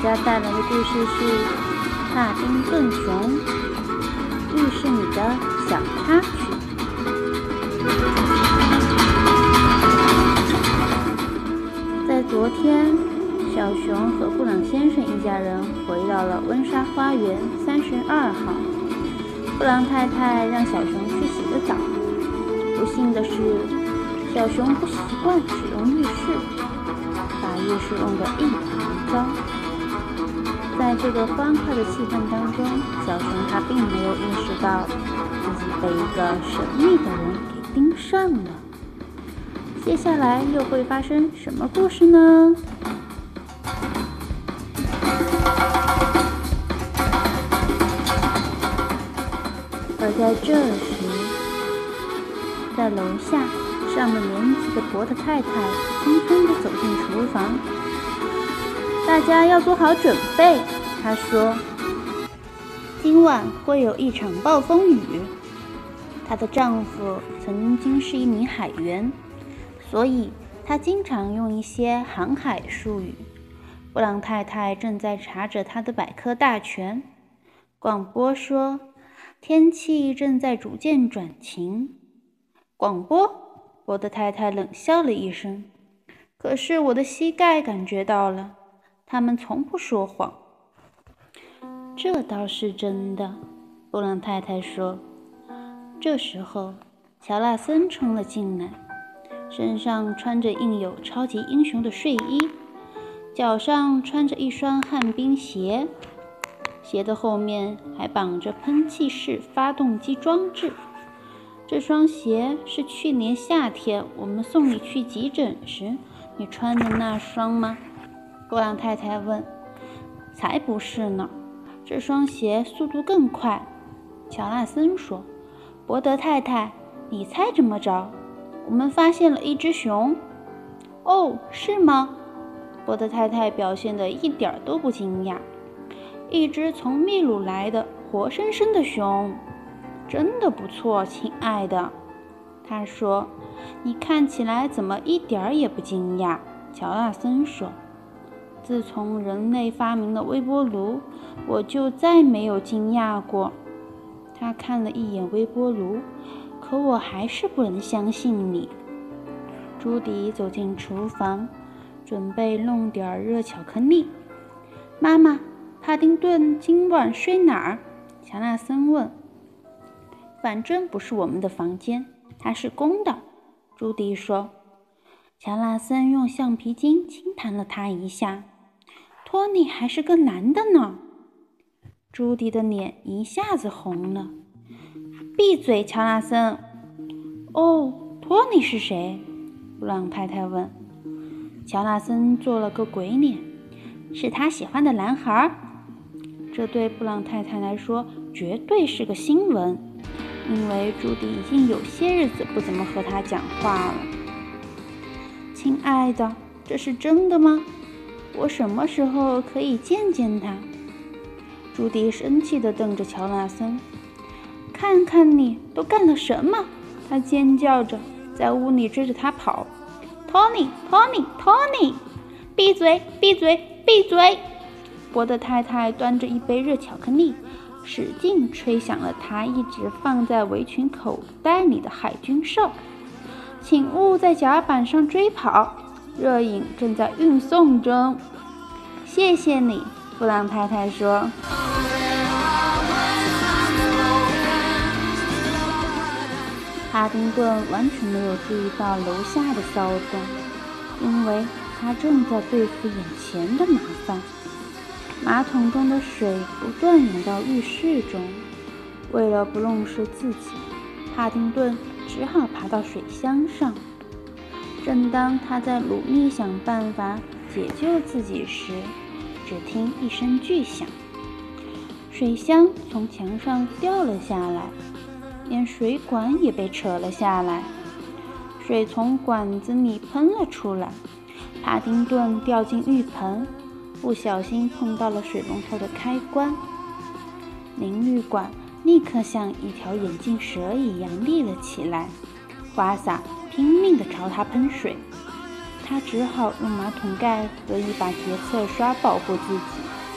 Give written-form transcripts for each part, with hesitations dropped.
家带来的故事是帕丁顿熊浴室里的小插曲。在昨天，小熊和布朗先生一家人回到了温莎花园32号。布朗太太让小熊去洗个澡，不幸的是，小熊不习惯使用浴室，把浴室弄得一团糟。在这个欢快的气氛当中，小熊他并没有意识到自己被一个神秘的人给盯上了。接下来又会发生什么故事呢？而在这时，在楼下上了年纪的伯特太太匆匆地走进厨房。大家要做好准备，她说，今晚会有一场暴风雨。她的丈夫曾经是一名海员，所以她经常用一些航海术语。布朗太太正在查着她的百科大全。广播说，天气正在逐渐转晴。广播，伯特太太冷笑了一声。可是我的膝盖感觉到了，他们从不说谎。这倒是真的，布朗太太说。这时候，乔纳森冲了进来，身上穿着印有超级英雄的睡衣，脚上穿着一双旱冰鞋，鞋的后面还绑着喷气式发动机装置。这双鞋是去年夏天我们送你去急诊时你穿的那双吗？布朗太太问。才不是呢，这双鞋速度更快，乔纳森说。伯德太太，你猜怎么着？我们发现了一只熊。哦，是吗？伯德太太表现得一点都不惊讶。一只从秘鲁来的活生生的熊，真的不错，亲爱的。他说。你看起来怎么一点也不惊讶？乔纳森说。自从人类发明了微波炉，我就再没有惊讶过。他看了一眼微波炉，可我还是不能相信你。朱迪走进厨房，准备弄点热巧克力。妈妈，帕丁顿今晚睡哪儿？乔纳森问。反正不是我们的房间，它是公的，朱迪说。乔纳森用橡皮筋轻弹了他一下。托尼还是个男的呢。朱迪的脸一下子红了。闭嘴，乔纳森。哦，托尼是谁？布朗太太问。乔纳森做了个鬼脸。是他喜欢的男孩。这对布朗太太来说绝对是个新闻，因为朱迪已经有些日子不怎么和他讲话了。亲爱的，这是真的吗？我什么时候可以见见他？朱迪生气地瞪着乔纳森。看看你都干了什么！他尖叫着，在屋里追着他跑。托尼，托尼，托尼！闭嘴，闭嘴，闭嘴！伯德太太端着一杯热巧克力，使劲吹响了她一直放在围裙口袋里的海军哨。请勿在甲板上追跑，热饮正在运送中。谢谢你，布朗太太说。哈丁顿完全没有注意到楼下的骚动，因为他正在对付眼前的麻烦。马桶中的水不断涌到浴室中，为了不弄湿自己，哈丁顿只好爬到水箱上。正当他在努力想办法解救自己时，只听一声巨响，水箱从墙上掉了下来，连水管也被扯了下来，水从管子里喷了出来。帕丁顿掉进浴盆，不小心碰到了水龙头的开关，淋浴管立刻像一条眼镜蛇一样立了起来，花洒拼命地朝他喷水。他只好用马桶盖和一把洁厕刷保护自己。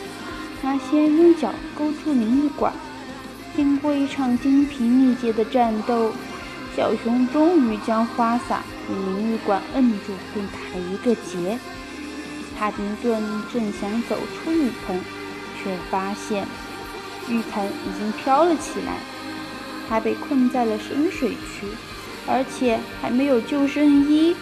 他先用脚勾住淋浴管。经过一场精疲力竭的战斗，小熊终于将花洒与淋浴管摁住，并打了一个结。帕丁顿正想走出浴盆，却发现浴盆已经飘了起来，他被困在了深水区，而且还没有救生衣。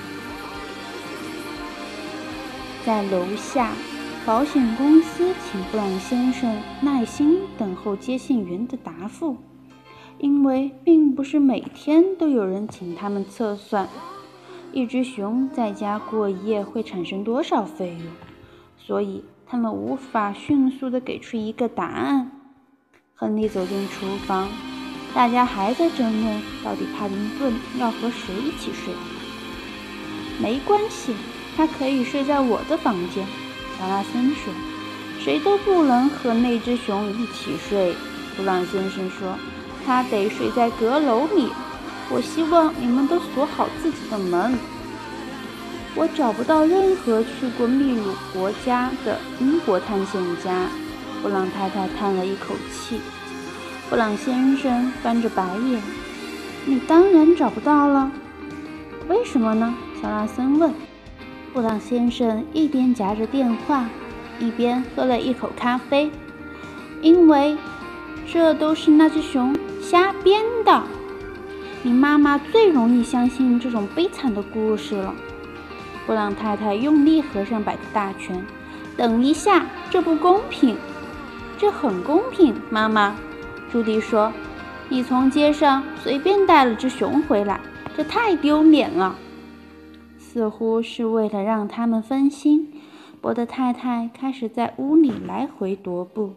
在楼下，保险公司请布朗先生耐心等候接线员的答复，因为并不是每天都有人请他们测算一只熊在家过夜会产生多少费用，所以他们无法迅速地给出一个答案。亨利走进厨房，大家还在争论到底帕丁顿要和谁一起睡。没关系，他可以睡在我的房间，乔纳森说。谁都不能和那只熊一起睡，布朗先生说，他得睡在阁楼里。我希望你们都锁好自己的门。我找不到任何去过秘鲁国家的英国探险家，布朗太太叹了一口气。布朗先生翻着白眼，你当然找不到了。为什么呢？乔纳森问。布朗先生一边夹着电话，一边喝了一口咖啡。因为这都是那只熊瞎编的。你妈妈最容易相信这种悲惨的故事了。布朗太太用力合上摆的大拳。等一下，这不公平。这很公平，妈妈。朱迪说，你从街上随便带了只熊回来，这太丢脸了。似乎是为了让他们分心，伯德太太开始在屋里来回踱步。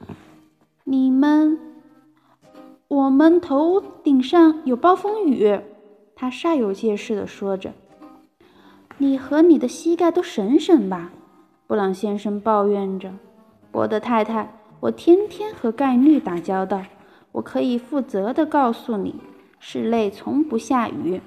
我们头顶上有暴风雨，他煞有介事地说着。你和你的膝盖都省省吧，布朗先生抱怨着。伯德太太，我天天和概率打交道，我可以负责地告诉你，室内从不下雨。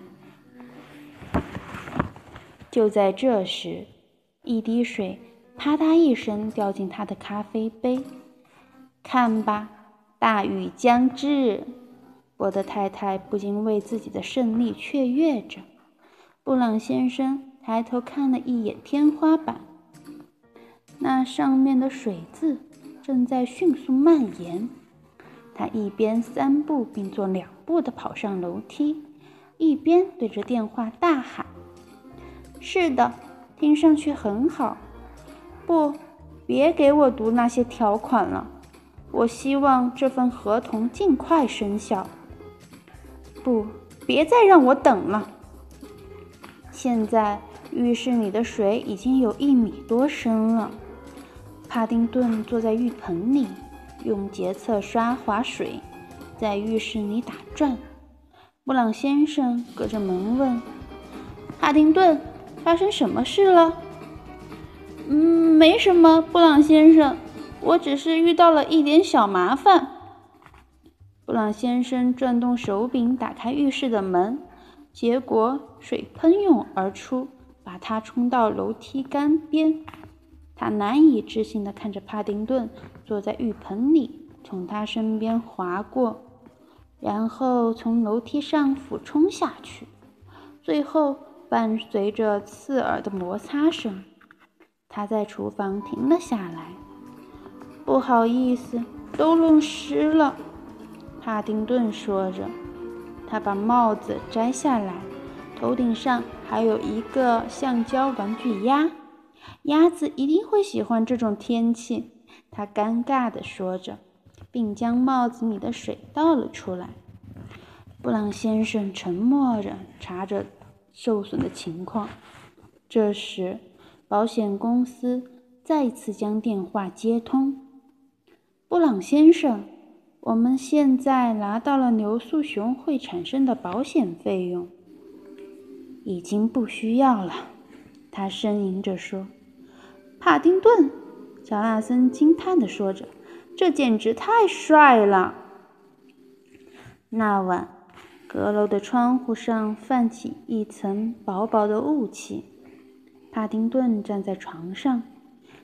就在这时，一滴水啪嗒一声掉进他的咖啡杯。看吧，大雨将至，伯德太太不禁为自己的胜利雀跃着。布朗先生抬头看了一眼天花板，那上面的水渍正在迅速蔓延。他一边3步并作2步地跑上楼梯，一边对着电话大喊：是的，听上去很好。不，别给我读那些条款了。我希望这份合同尽快生效。不，别再让我等了。现在浴室里的水已经有1米多深了。帕丁顿坐在浴盆里，用洁厕刷划水，在浴室里打转。布朗先生隔着门问：帕丁顿，发生什么事了？没什么，布朗先生，我只是遇到了一点小麻烦。布朗先生转动手柄打开浴室的门，结果水喷涌而出，把他冲到楼梯杆边。他难以置信地看着帕丁顿坐在浴盆里，从他身边划过，然后从楼梯上俯冲下去，最后伴随着刺耳的摩擦声，他在厨房停了下来。不好意思，都弄湿了，帕丁顿说着。他把帽子摘下来，头顶上还有一个橡胶玩具鸭。鸭子一定会喜欢这种天气，他尴尬地说着，并将帽子里的水倒了出来。布朗先生沉默着查着受损的情况。这时，保险公司再次将电话接通。布朗先生，我们现在拿到了牛宿熊会产生的保险费用。已经不需要了，他呻吟着说。帕丁顿，乔纳森惊叹地说着，这简直太帅了。那晚，阁楼的窗户上泛起一层薄薄的雾气。帕丁顿站在床上，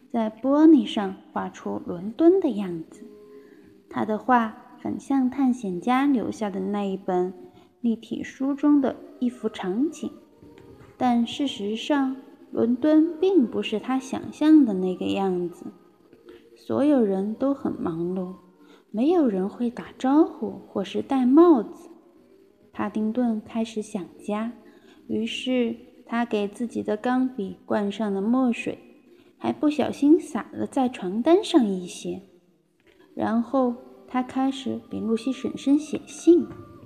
在玻璃上画出伦敦的样子。他的画很像探险家留下的那一本立体书中的一幅场景，但事实上，伦敦并不是他想象的那个样子。所有人都很忙碌，没有人会打招呼或是戴帽子。帕丁顿开始想家，于是他给自己的钢笔灌上了墨水，还不小心洒了在床单上一些。然后他开始给露西婶婶写信。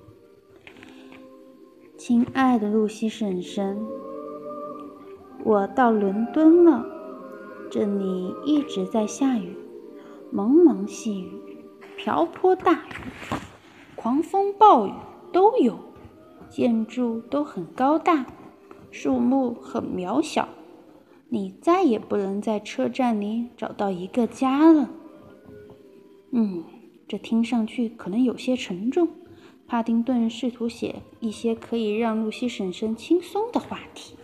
亲爱的露西婶婶，我到伦敦了，这里一直在下雨，蒙蒙细雨，瓢泼大雨，狂风暴雨都有，建筑都很高大，树木很渺小，你再也不能在车站里找到一个家了。这听上去可能有些沉重。帕丁顿试图写一些可以让露西婶婶轻松的话题。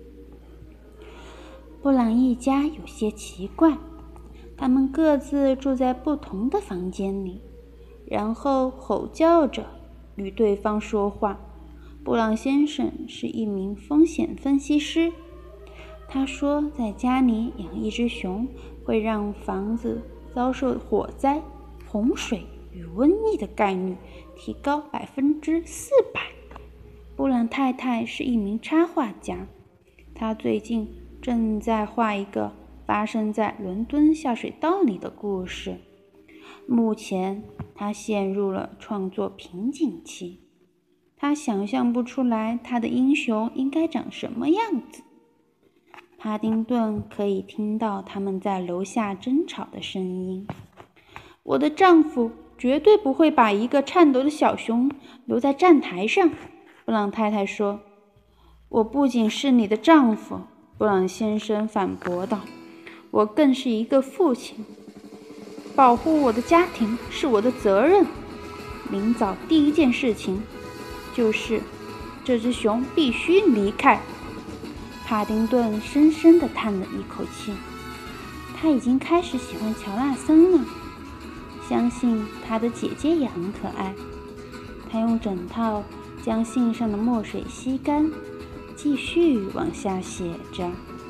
布朗一家有些奇怪，他们各自住在不同的房间里，然后吼叫着与对方说话。布朗先生是一名风险分析师，他说在家里养一只熊会让房子遭受火灾、洪水与瘟疫的概率提高400%。布朗太太是一名插画家，她最近正在画一个发生在伦敦下水道里的故事。目前她陷入了创作瓶颈期，她想象不出来她的英雄应该长什么样子。帕丁顿可以听到他们在楼下争吵的声音。我的丈夫绝对不会把一个颤抖的小熊留在站台上，布朗太太说。我不仅是你的丈夫，布朗先生反驳道，我更是一个父亲。保护我的家庭是我的责任。明早第一件事情就是这只熊必须离开。帕丁顿深深地叹了一口气，他已经开始喜欢乔纳森了，相信他的姐姐也很可爱。他用枕套将信上的墨水吸干，继续往下写着。